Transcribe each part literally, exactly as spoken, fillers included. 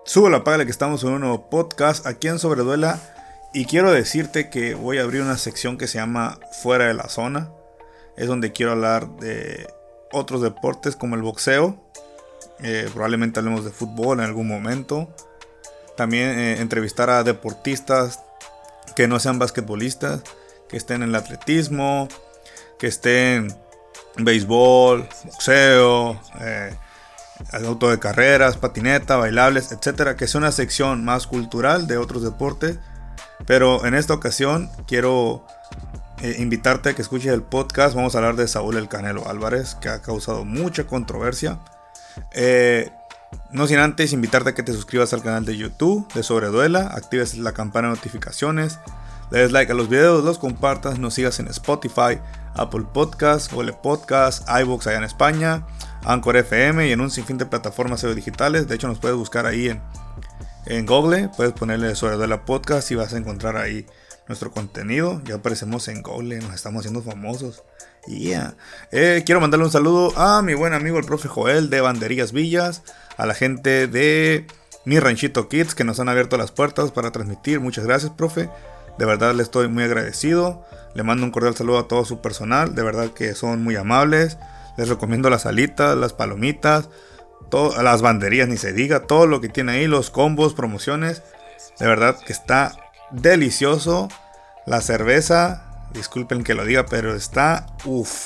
Sube la página que estamos en un nuevo podcast aquí en Sobreduela. Y quiero decirte que voy a abrir una sección que se llama Fuera de la Zona. Es donde quiero hablar de otros deportes como el boxeo. Eh, probablemente hablemos de fútbol en algún momento. También eh, entrevistar a deportistas que no sean basquetbolistas, que estén en el atletismo, que estén en béisbol, boxeo, eh, auto de carreras, patineta, bailables, etcétera. Que sea una sección más cultural de otros deportes. Pero en esta ocasión quiero eh, invitarte a que escuches el podcast. Vamos a hablar de Saúl El Canelo Álvarez, que ha causado mucha controversia. Eh, no sin antes invitarte a que te suscribas al canal de YouTube de Sobreduela, actives la campana de notificaciones, le des like a los videos, los compartas, nos sigas en Spotify, Apple Podcasts, Google Podcasts, iVoox allá en España, Anchor F M y en un sinfín de plataformas audio digitales. De hecho nos puedes buscar ahí en, en Google, puedes ponerle Sobreduela Podcast y vas a encontrar ahí nuestro contenido. Ya aparecemos en Google, nos estamos haciendo famosos. Yeah. Eh, quiero mandarle un saludo a mi buen amigo el profe Joel de Banderías Villas, a la gente de Mi Ranchito Kids que nos han abierto las puertas para transmitir. Muchas gracias, profe, de verdad le estoy muy agradecido. Le mando un cordial saludo a todo su personal, de verdad que son muy amables. Les recomiendo las alitas, las palomitas, todo, las banderías ni se diga, todo lo que tiene ahí, los combos, promociones, de verdad que está delicioso. La cerveza, disculpen que lo diga, pero está uff,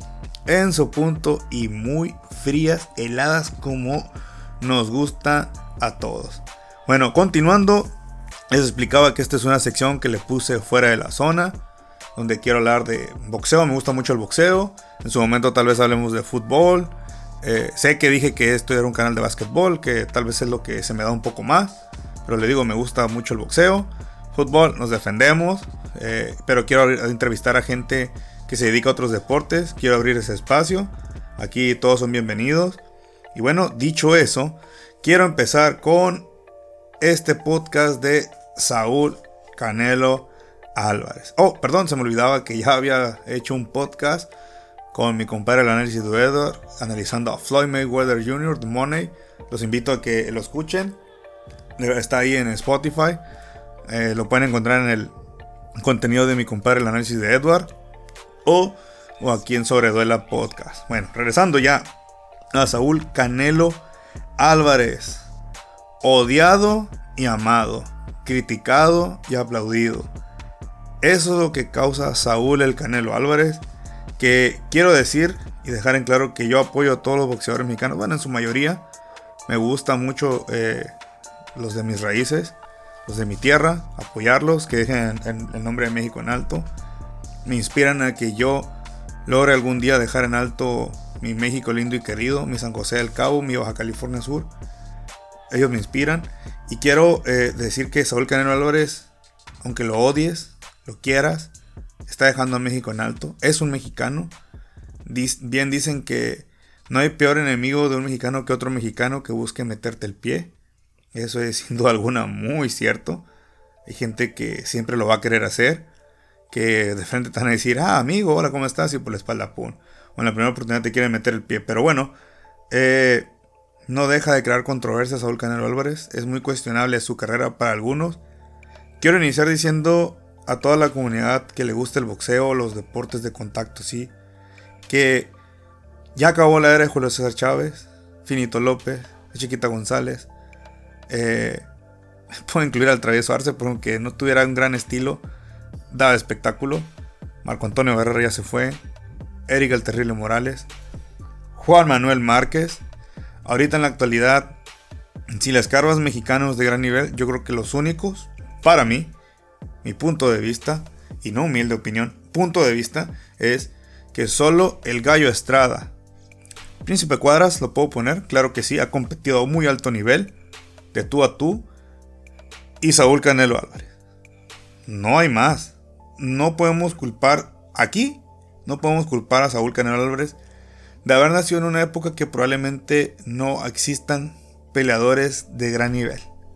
en su punto y muy frías, heladas como nos gusta a todos. Bueno, continuando, les explicaba que esta es una sección que le puse fuera de la zona, donde quiero hablar de boxeo. Me gusta mucho el boxeo. En su momento tal vez hablemos de fútbol. Eh, sé que dije que esto era un canal de básquetbol, que tal vez es lo que se me da un poco más, pero le digo, me gusta mucho el boxeo. Fútbol, nos defendemos, eh, pero quiero entrevistar a gente que se dedica a otros deportes. Quiero abrir ese espacio. Aquí todos son bienvenidos. Y bueno, dicho eso, quiero empezar con este podcast de Saúl Canelo Álvarez. Oh, perdón, se me olvidaba que ya había hecho un podcast con mi compadre el análisis de Edward, analizando a Floyd Mayweather junior, The Money. Los invito a que lo escuchen. Está ahí en Spotify. Eh, lo pueden encontrar en el contenido de mi compadre el análisis de Edward o, o aquí en Sobreduela Podcast. Bueno, regresando ya a Saúl Canelo Álvarez, odiado y amado, criticado y aplaudido. Eso es lo que causa Saúl El Canelo Álvarez, que quiero decir y dejar en claro que yo apoyo a todos los boxeadores mexicanos. Bueno, en su mayoría me gustan mucho eh, los de mis raíces, los de mi tierra, apoyarlos, que dejen el nombre de México en alto. Me inspiran a que yo logre algún día dejar en alto mi México lindo y querido, mi San José del Cabo, mi Baja California Sur. Ellos me inspiran. Y quiero eh, decir que Saúl Canelo Álvarez, aunque lo odies, lo quieras, está dejando a México en alto. Es un mexicano. Dic- bien dicen que no hay peor enemigo de un mexicano que otro mexicano que busque meterte el pie. Eso es sin duda alguna muy cierto. Hay gente que siempre lo va a querer hacer, que de frente te van a decir, ah, amigo, hola, ¿cómo estás? Y por la espalda, pum. O en la primera oportunidad te quieren meter el pie. Pero bueno, eh, no deja de crear controversia Saúl Canelo Álvarez. Es muy cuestionable su carrera para algunos. Quiero iniciar diciendo a toda la comunidad que le gusta el boxeo, los deportes de contacto, sí, que ya acabó la era de Julio César Chávez, Finito López, Chiquita González. Eh, puedo incluir al Travieso Arce, pero aunque no tuviera un gran estilo, daba espectáculo. Marco Antonio Guerrero ya se fue. Eric el Terrible Morales. Juan Manuel Márquez. Ahorita en la actualidad, si les escarbas mexicanos de gran nivel, yo creo que los únicos, para mí, mi punto de vista, y no humilde opinión, punto de vista, es que solo el Gallo Estrada. Príncipe Cuadras, lo puedo poner, claro que sí, ha competido a muy alto nivel, de tú a tú, y Saúl Canelo Álvarez. No hay más. No podemos culpar aquí, no podemos culpar a Saúl Canelo Álvarez de haber nacido en una época que probablemente no existan peleadores de gran nivel.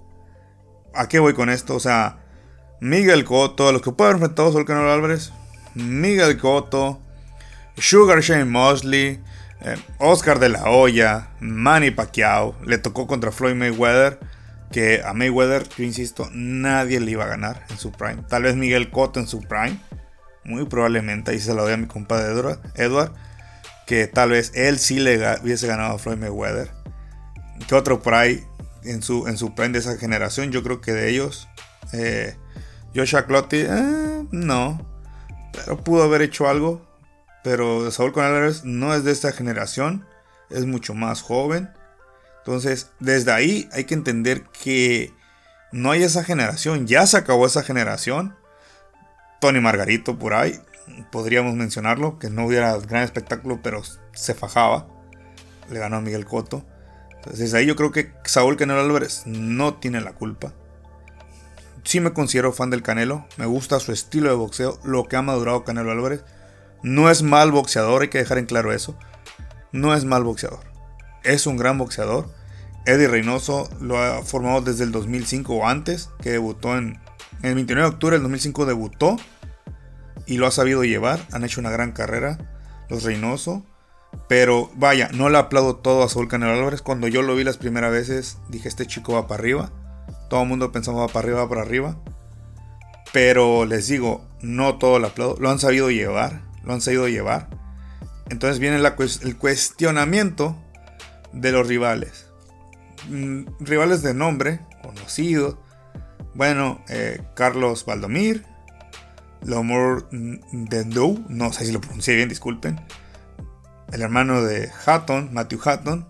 ¿A qué voy con esto? O sea, Miguel Cotto, a los que puede haber enfrentado a Saúl Canelo Álvarez, Miguel Cotto, Sugar Shane Mosley, eh, Oscar de la Hoya, Manny Pacquiao, le tocó contra Floyd Mayweather. que a Mayweather, yo insisto, nadie le iba a ganar en su prime. Tal vez Miguel Cotto en su prime, muy probablemente, ahí se lo doy a mi compadre Edward, Edward que tal vez él sí le ga- hubiese ganado a Floyd Mayweather. ¿Qué otro por ahí en su, en su prime de esa generación? Yo creo que de ellos, eh, Joshua Clottey, eh, no, pero pudo haber hecho algo. Pero Saúl Canelo Álvarez no es de esta generación, es mucho más joven. Entonces, desde ahí hay que entender que no hay esa generación, ya se acabó esa generación. Tony Margarito por ahí, podríamos mencionarlo, que no hubiera gran espectáculo, pero se fajaba. Le ganó a Miguel Cotto. Entonces, desde ahí yo creo que Saúl Canelo Álvarez no tiene la culpa. Sí me considero fan del Canelo, me gusta su estilo de boxeo, lo que ha madurado Canelo Álvarez. No es mal boxeador, hay que dejar en claro eso. No es mal boxeador, es un gran boxeador. Eddie Reynoso lo ha formado desde el dos mil cinco o antes, que debutó en, en el veintinueve de octubre del dos mil cinco debutó y lo ha sabido llevar. Han hecho una gran carrera los Reynoso, pero vaya, no le aplaudo todo a Saúl Canelo Álvarez. Cuando yo lo vi las primeras veces dije, este chico va para arriba. Todo el mundo pensaba va para arriba, va para arriba. Pero les digo, no todo lo aplaudo, lo han sabido llevar, lo han sabido llevar. Entonces viene la, el cuestionamiento de los rivales. Mm, rivales de nombre, conocidos. Bueno, eh, Carlos Valdomir, Lomor Dendou, no sé si lo pronuncié bien, disculpen. El hermano de Hatton, Matthew Hatton.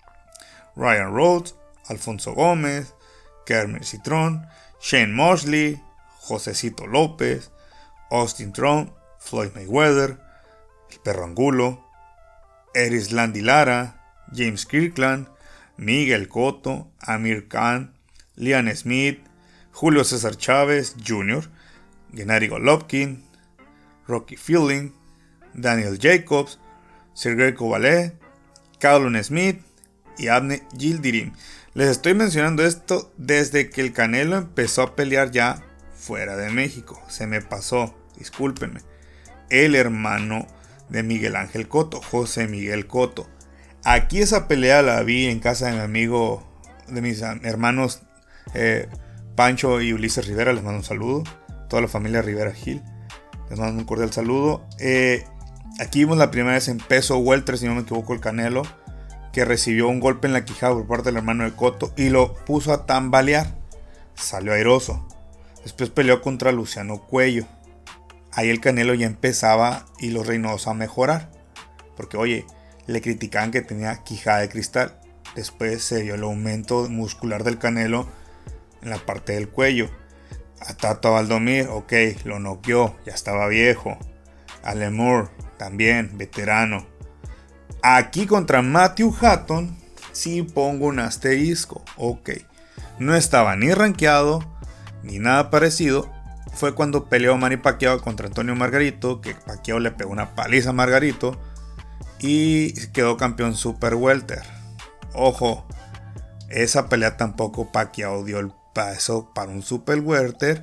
Ryan Rhodes, Alfonso Gómez, Kermit Citron, Shane Mosley, Josecito López, Austin Trump, Floyd Mayweather, el Perro Angulo, Erislandy Lara, James Kirkland, Miguel Cotto, Amir Khan, Liam Smith, Julio César Chávez junior, Gennady Golovkin, Rocky Fielding, Daniel Jacobs, Sergey Kovalev, Callum Smith y Abner Yildirim. Les estoy mencionando esto desde que el Canelo empezó a pelear ya fuera de México. Se me pasó, discúlpenme. El hermano de Miguel Ángel Cotto, José Miguel Cotto. Aquí esa pelea la vi en casa de mi amigo, de mis hermanos eh, Pancho y Ulises Rivera. Les mando un saludo. Toda la familia Rivera Gil. Les mando un cordial saludo. Eh, aquí vimos la primera vez en peso welter, si no me equivoco, el Canelo, que recibió un golpe en la quijada por parte del hermano de Cotto y lo puso a tambalear. Salió airoso. Después peleó contra Luciano Cuello. Ahí el Canelo ya empezaba y los Reynoso a mejorar. Porque oye, le criticaban que tenía quijada de cristal. Después se vio el aumento muscular del Canelo en la parte del cuello. A Tato Valdomir, ok, lo noqueó, ya estaba viejo. A Lemur, también, veterano. Aquí contra Matthew Hatton, sí pongo un asterisco, ok. No estaba ni rankeado, ni nada parecido. Fue cuando peleó Manny Pacquiao contra Antonio Margarito, que Pacquiao le pegó una paliza a Margarito y quedó campeón super welter. Ojo, esa pelea tampoco Pacquiao dio el paso para un super welter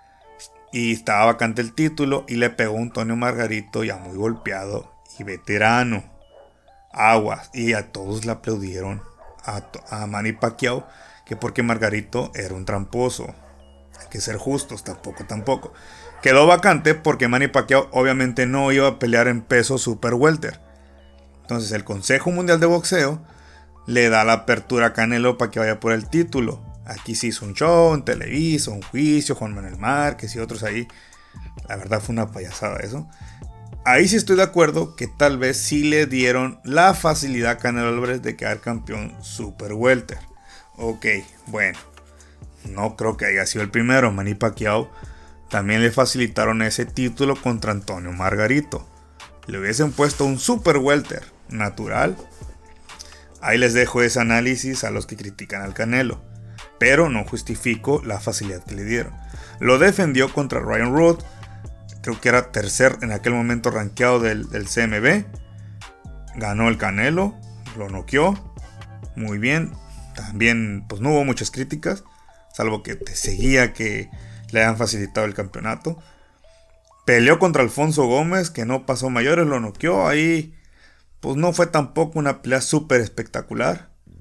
y estaba vacante el título y le pegó a Antonio Margarito ya muy golpeado y veterano. Aguas, y a todos le aplaudieron a, a Manny Pacquiao que porque Margarito era un tramposo. Hay que ser justos, tampoco, tampoco. Quedó vacante porque Manny Pacquiao obviamente no iba a pelear en peso super welter. Entonces el Consejo Mundial de Boxeo le da la apertura a Canelo para que vaya por el título. Aquí se hizo un show en Televisa, un juicio, Juan Manuel Márquez y otros ahí. La verdad fue una payasada eso. Ahí sí estoy de acuerdo que tal vez sí le dieron la facilidad a Canelo Álvarez de quedar campeón super welter. Ok, bueno. No creo que haya sido el primero. Manny Pacquiao también le facilitaron ese título contra Antonio Margarito. Le hubiesen puesto un super welter natural. Ahí les dejo ese análisis a los que critican al Canelo. Pero no justifico la facilidad que le dieron. Lo defendió contra Ryan Rhodes. Creo que era tercer en aquel momento rankeado del, del C M B. Ganó el Canelo. Lo noqueó. Muy bien. También pues no hubo muchas críticas. Salvo que te seguía que le hayan facilitado el campeonato. Peleó contra Alfonso Gómez, que no pasó mayores, lo noqueó. Ahí pues no fue tampoco una pelea súper espectacular.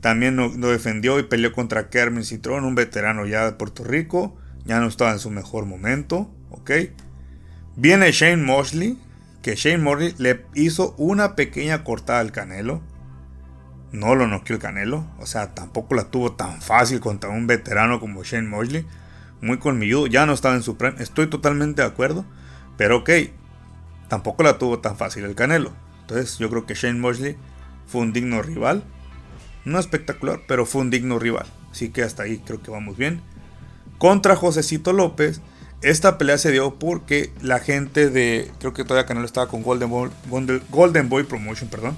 También lo, lo defendió y peleó contra Kermit Cintron, un veterano ya de Puerto Rico. Ya no estaba en su mejor momento. Ok. Viene Shane Mosley, que Shane Mosley le hizo una pequeña cortada al Canelo. No lo noqueó el Canelo. O sea, tampoco la tuvo tan fácil contra un veterano como Shane Mosley. Muy colmilludo. Ya no estaba en su prime. Estoy totalmente de acuerdo. Pero ok. Tampoco la tuvo tan fácil el Canelo. Entonces yo creo que Shane Mosley fue un digno rival. No espectacular, pero fue un digno rival. Así que hasta ahí creo que vamos bien. Contra Josecito López. Esta pelea se dio porque la gente de... Creo que todavía Canelo estaba con Golden Boy, Golden Boy Promotion, perdón.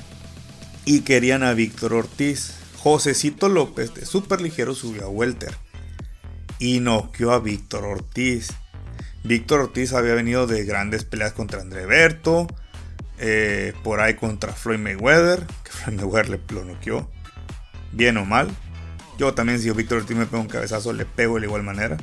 Y querían a Víctor Ortiz. Josecito López de super ligero subió a welter. Y noqueó a Víctor Ortiz. Víctor Ortiz había venido de grandes peleas contra André Berto. Eh, por ahí contra Floyd Mayweather. Que Floyd Mayweather le lo noqueó. Bien o mal. Yo también, si Víctor Ortiz me pega un cabezazo, le pego de la igual manera.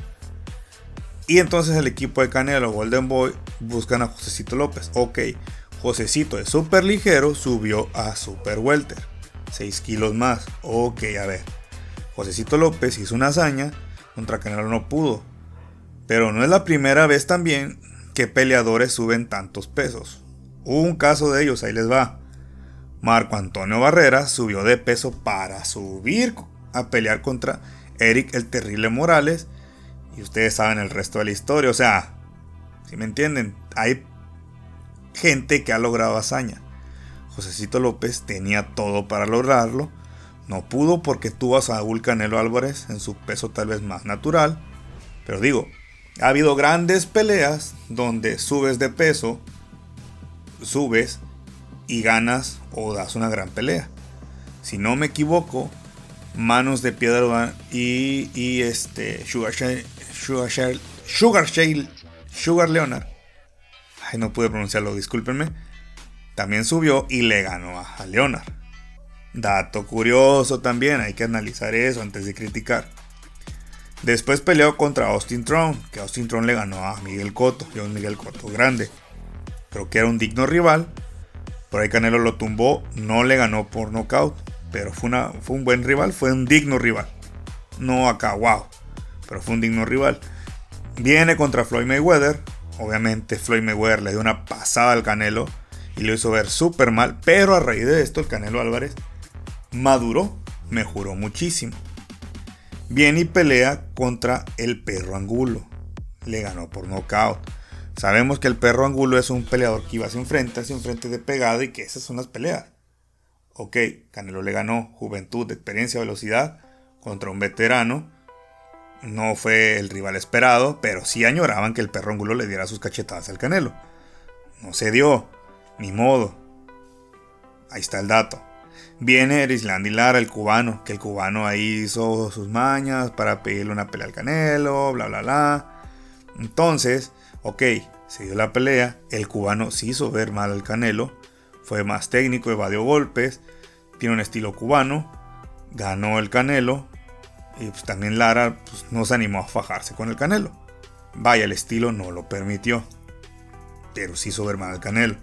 Y entonces el equipo de Canelo, Golden Boy, buscan a Josecito López. Ok, Josecito de super ligero subió a super welter. seis kilos más. Ok, a ver. Josecito López hizo una hazaña. Contra Canelo no pudo. Pero no es la primera vez también que peleadores suben tantos pesos. Hubo un caso de ellos, ahí les va. Marco Antonio Barrera subió de peso para subir a pelear contra Eric el Terrible Morales. Y ustedes saben el resto de la historia. O sea, si me entienden, hay gente que ha logrado hazaña. Josecito López tenía todo para lograrlo. No pudo porque tuvo a Saúl Canelo Álvarez en su peso tal vez más natural. Pero digo, ha habido grandes peleas donde subes de peso, subes y ganas o das una gran pelea. Si no me equivoco, Manos de Piedra y, y este Sugar Shale, Sugar Shale, Sugar Shale, Sugar Leonard. Ay, no pude pronunciarlo, discúlpenme. También subió y le ganó a, a Leonard. Dato curioso también, hay que analizar eso antes de criticar. Después peleó contra Austin Throne, que Austin Throne le ganó a Miguel Cotto, y a un Miguel Cotto grande. Creo que era un digno rival. Por ahí Canelo lo tumbó, no le ganó por nocaut, pero fue, una, fue un buen rival, fue un digno rival. No acá, wow, pero fue un digno rival. Viene contra Floyd Mayweather. Obviamente Floyd Mayweather le dio una pasada al Canelo y lo hizo ver súper mal, pero a raíz de esto el Canelo Álvarez maduró, mejoró muchísimo. Viene y pelea contra el Perro Angulo. Le ganó por nocaut. Sabemos que el Perro Angulo es un peleador que iba hacia enfrente, hacia enfrente de pegada y que esas son las peleas. Ok, Canelo le ganó juventud, experiencia, velocidad contra un veterano. No fue el rival esperado, pero sí añoraban que el Perro Angulo le diera sus cachetadas al Canelo. No se dio, ni modo. Ahí está el dato. Viene Erislandy Lara, el cubano, que el cubano ahí hizo sus mañas para pedirle una pelea al Canelo, bla bla bla. Entonces, ok, se dio la pelea, el cubano sí hizo ver mal al Canelo, fue más técnico, evadió golpes, tiene un estilo cubano, ganó el Canelo, y pues también Lara pues, no se animó a fajarse con el Canelo. Vaya, el estilo no lo permitió, pero sí hizo ver mal al Canelo.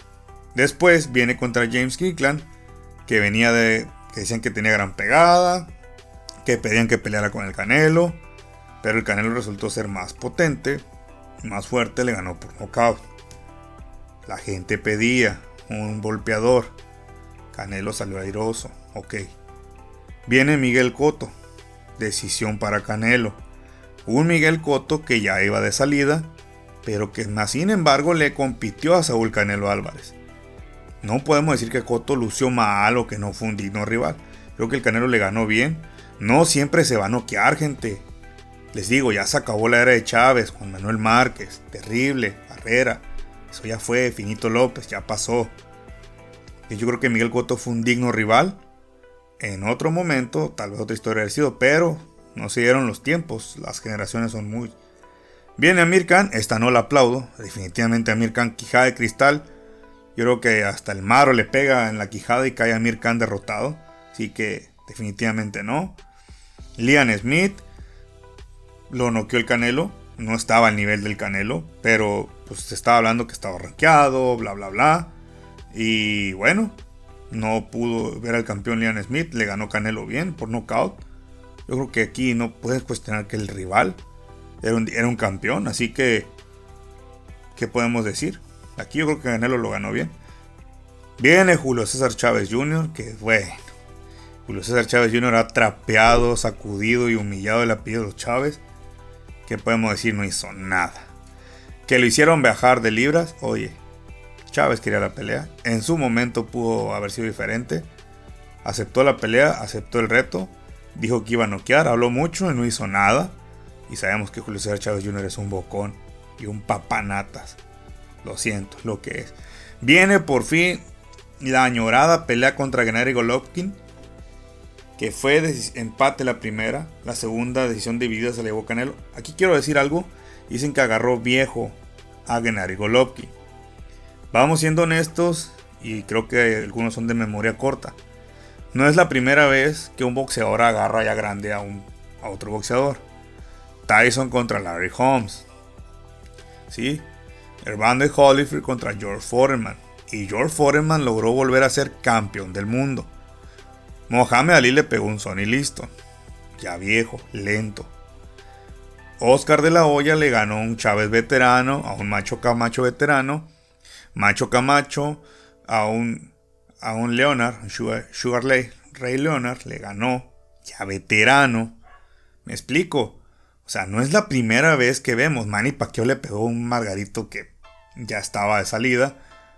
Después viene contra James Kirkland, que venía de, que decían que tenía gran pegada, que pedían que peleara con el Canelo, pero el Canelo resultó ser más potente, más fuerte, le ganó por nocaut. La gente pedía un golpeador, Canelo salió airoso, ok. Viene Miguel Cotto, decisión para Canelo, un Miguel Cotto que ya iba de salida, pero que más sin embargo le compitió a Saúl Canelo Álvarez. No podemos decir que Cotto lució mal o que no fue un digno rival. Creo que el Canelo le ganó bien. No siempre se va a noquear, gente. Les digo, ya se acabó la era de Chávez, Juan Manuel Márquez, Terrible, Barrera. Eso ya fue, Finito López, ya pasó. Y yo creo que Miguel Cotto fue un digno rival. En otro momento, tal vez otra historia hubiera sido, pero no se dieron los tiempos. Las generaciones son muy... Viene Amir Khan, esta no la aplaudo. Definitivamente Amir Khan, quijada de cristal. Yo creo que hasta el Maro le pega en la quijada y cae Amir Khan derrotado. Así que definitivamente no. Liam Smith lo noqueó el Canelo. No estaba al nivel del Canelo, pero pues se estaba hablando que estaba rankeado, bla bla bla. Y bueno, No pudo ver al campeón Liam Smith. Le ganó Canelo bien por nocaut. Yo creo que aquí no puedes cuestionar que el rival era un, era un campeón. Así que, ¿qué podemos decir? Aquí yo creo que Canelo lo ganó bien. Viene Julio César Chávez junior Que bueno, Julio César Chávez junior ha trapeado, sacudido y humillado el apellido de los Chávez. ¿Qué podemos decir? No hizo nada. Que lo hicieron bajar de libras. Oye, Chávez quería la pelea. En su momento pudo haber sido diferente. Aceptó la pelea, aceptó el reto. Dijo que iba a noquear, habló mucho y no hizo nada. Y sabemos que Julio César Chávez junior es un bocón y un papanatas. Lo siento, lo que es. Viene por fin la añorada pelea contra Gennady Golovkin, que fue empate la primera. La segunda decisión dividida se le llevó Canelo. Aquí quiero decir algo. Dicen que agarró viejo a Gennady Golovkin. Vamos siendo honestos, y creo que algunos son de memoria corta. No es la primera vez que un boxeador agarra ya grande a, un, a otro boxeador. Tyson contra Larry Holmes. ¿Sí? Evander Holyfield contra George Foreman. Y George Foreman logró volver a ser campeón del mundo. Mohamed Ali le pegó un Sonny Liston. Ya viejo, lento. Oscar de la Hoya le ganó a un Chávez veterano, a un Macho Camacho veterano. Macho Camacho a un, a un Leonard, Sugar, Sugar Ray, Ray Leonard le ganó, ya veterano. ¿Me explico? O sea, no es la primera vez que vemos. Manny Pacquiao le pegó un Margarito que ya estaba de salida.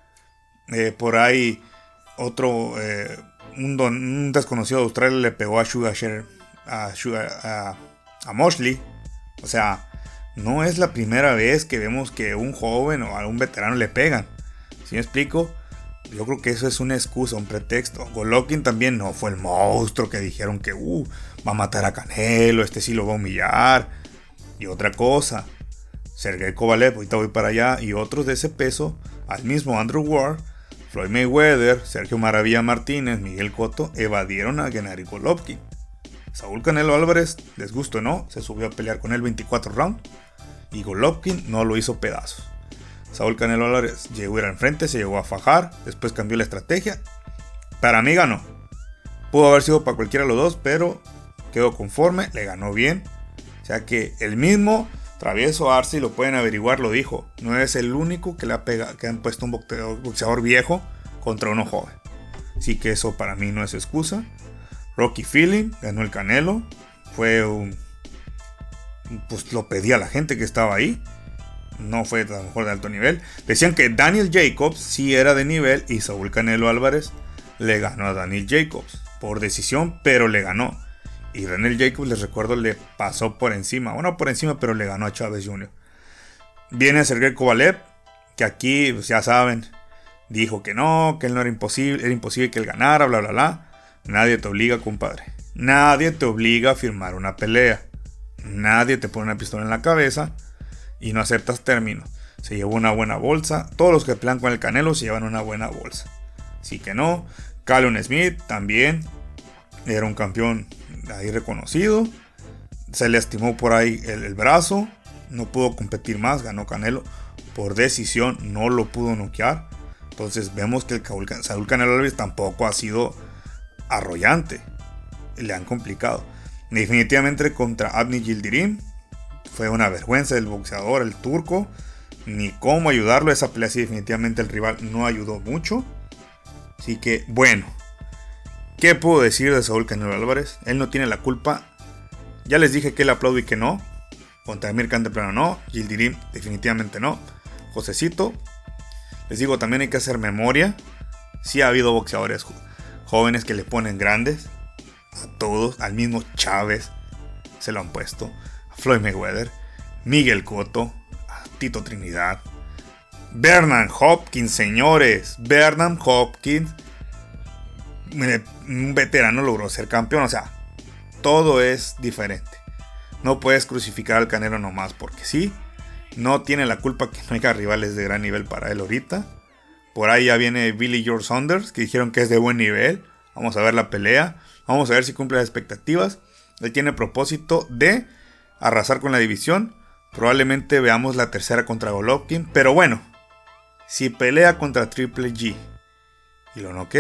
Eh, por ahí otro, eh, un, don, un desconocido de Australia le pegó a Sugar, a, Sugar, a, a Mosley. O sea, no es la primera vez que vemos que un joven o a un veterano le pegan. ¿Sí me explico? Yo creo que eso es una excusa, un pretexto. Golovkin también no fue el monstruo que dijeron que uh, va a matar a Canelo, este sí lo va a humillar. Y otra cosa, Sergey Kovalev, ahorita voy para allá, y otros de ese peso, al mismo Andrew Ward, Floyd Mayweather, Sergio Maravilla Martínez, Miguel Cotto, evadieron a Gennady Golovkin. Saúl Canelo Álvarez, les gusto o no, se subió a pelear con él veinticuatro rounds y Golovkin no lo hizo pedazos. Saúl Canelo Álvarez llegó a ir al frente, se llegó a fajar, después cambió la estrategia. Para mí ganó. Pudo haber sido para cualquiera de los dos, pero quedó conforme, le ganó bien. O sea que el mismo Travieso Arce, lo pueden averiguar, lo dijo. No es el único que le ha pegado, que han puesto un boxeador, boxeador viejo contra uno joven. Así que eso para mí no es excusa. Rocky Fielding ganó el Canelo. Fue un... Pues lo pedía la gente que estaba ahí. No fue a lo mejor de alto nivel. Decían que Daniel Jacobs sí era de nivel. Y Saúl Canelo Álvarez le ganó a Daniel Jacobs por decisión, pero le ganó. Y Daniel Jacobs, les recuerdo, le pasó por encima. Bueno, por encima, pero le ganó a Chávez junior Viene Sergey Kovalev, que aquí, pues ya saben, dijo que no, que él no era imposible, era imposible que él ganara, bla, bla, bla. Nadie te obliga, compadre. Nadie te obliga a firmar una pelea. Nadie te pone una pistola en la cabeza y no aceptas términos. Se llevó una buena bolsa. Todos los que pelean con el Canelo se llevan una buena bolsa. Así que no. Callum Smith también era un campeón ahí reconocido. Se le lastimó por ahí el, el brazo. No pudo competir más. Ganó Canelo por decisión. No lo pudo noquear. Entonces vemos que el Saúl Canelo Álvarez tampoco ha sido arrollante. Le han complicado. Definitivamente contra Avni Yildirim fue una vergüenza del boxeador, el turco. Ni cómo ayudarlo. Esa pelea sí, definitivamente el rival no ayudó mucho. Así que bueno, ¿qué puedo decir de Saúl Canelo Álvarez? Él no tiene la culpa. Ya les dije que él aplaude y que no. Contra Amir Khan de plano no. Yildirim definitivamente no. Josecito, les digo, también hay que hacer memoria. Sí ha habido boxeadores jóvenes que le ponen grandes. A todos, al mismo Chávez se lo han puesto. A Floyd Mayweather, Miguel Cotto, a Tito Trinidad, Bernard Hopkins, señores. Bernard Hopkins, un veterano, logró ser campeón. O sea, todo es diferente. No puedes crucificar al Canelo nomás porque sí. No tiene la culpa que no haya rivales de gran nivel para él ahorita. Por ahí ya viene Billy Joe Saunders, que dijeron que es de buen nivel. Vamos a ver la pelea. Vamos a ver si cumple las expectativas. Él tiene propósito de arrasar con la división. Probablemente veamos la tercera contra Golovkin. Pero bueno, si pelea contra Triple G y lo noquea,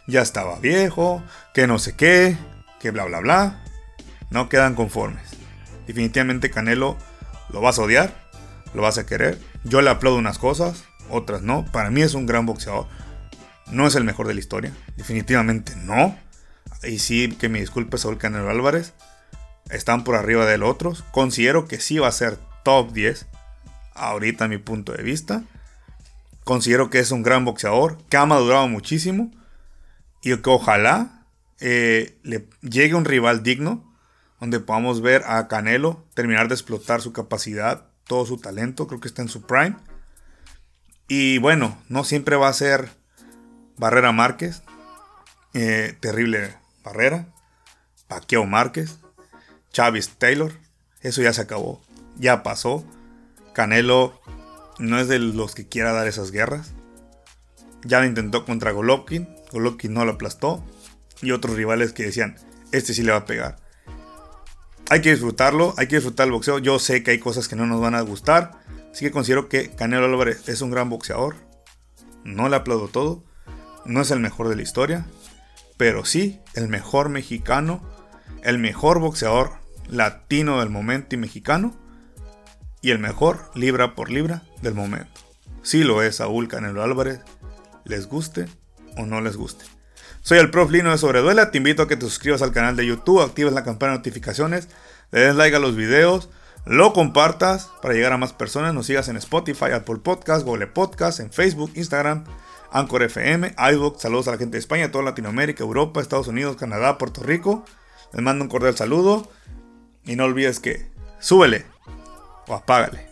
ya estaba viejo, que no sé qué, que bla bla bla. No quedan conformes. Definitivamente Canelo lo vas a odiar, lo vas a querer. Yo le aplaudo unas cosas, otras no. Para mí es un gran boxeador. No es el mejor de la historia, definitivamente no. Y sí, que me disculpe Saúl Canelo Álvarez, están por arriba de los otros. Considero que sí va a ser top diez, ahorita a mi punto de vista. Considero que es un gran boxeador, que ha madurado muchísimo, y que ojalá eh, le llegue un rival digno, donde podamos ver a Canelo terminar de explotar su capacidad, todo su talento. Creo que está en su prime. Y bueno, no siempre va a ser Barrera Márquez, eh, terrible Barrera, Pacquiao Márquez, Chávez Taylor. Eso ya se acabó, ya pasó. Canelo no es de los que quiera dar esas guerras. Ya lo intentó contra Golovkin, Golovkin no lo aplastó, y otros rivales que decían, este sí le va a pegar. Hay que disfrutarlo, hay que disfrutar el boxeo. Yo sé que hay cosas que no nos van a gustar, así que considero que Canelo Álvarez es un gran boxeador. No le aplaudo todo, no es el mejor de la historia, pero sí el mejor mexicano, el mejor boxeador latino del momento y mexicano, y el mejor libra por libra del momento. Sí lo es Saúl Canelo Álvarez, les guste o no les guste. Soy el Prof Lino de Sobreduela, te invito a que te suscribas al canal de YouTube, actives la campana de notificaciones, le des like a los videos, lo compartas para llegar a más personas, nos sigas en Spotify, Apple Podcast, Google Podcast, en Facebook, Instagram, Anchor F M, iVoox. Saludos a la gente de España, toda Latinoamérica, Europa, Estados Unidos, Canadá, Puerto Rico. Les mando un cordial saludo y no olvides que súbele o apágale.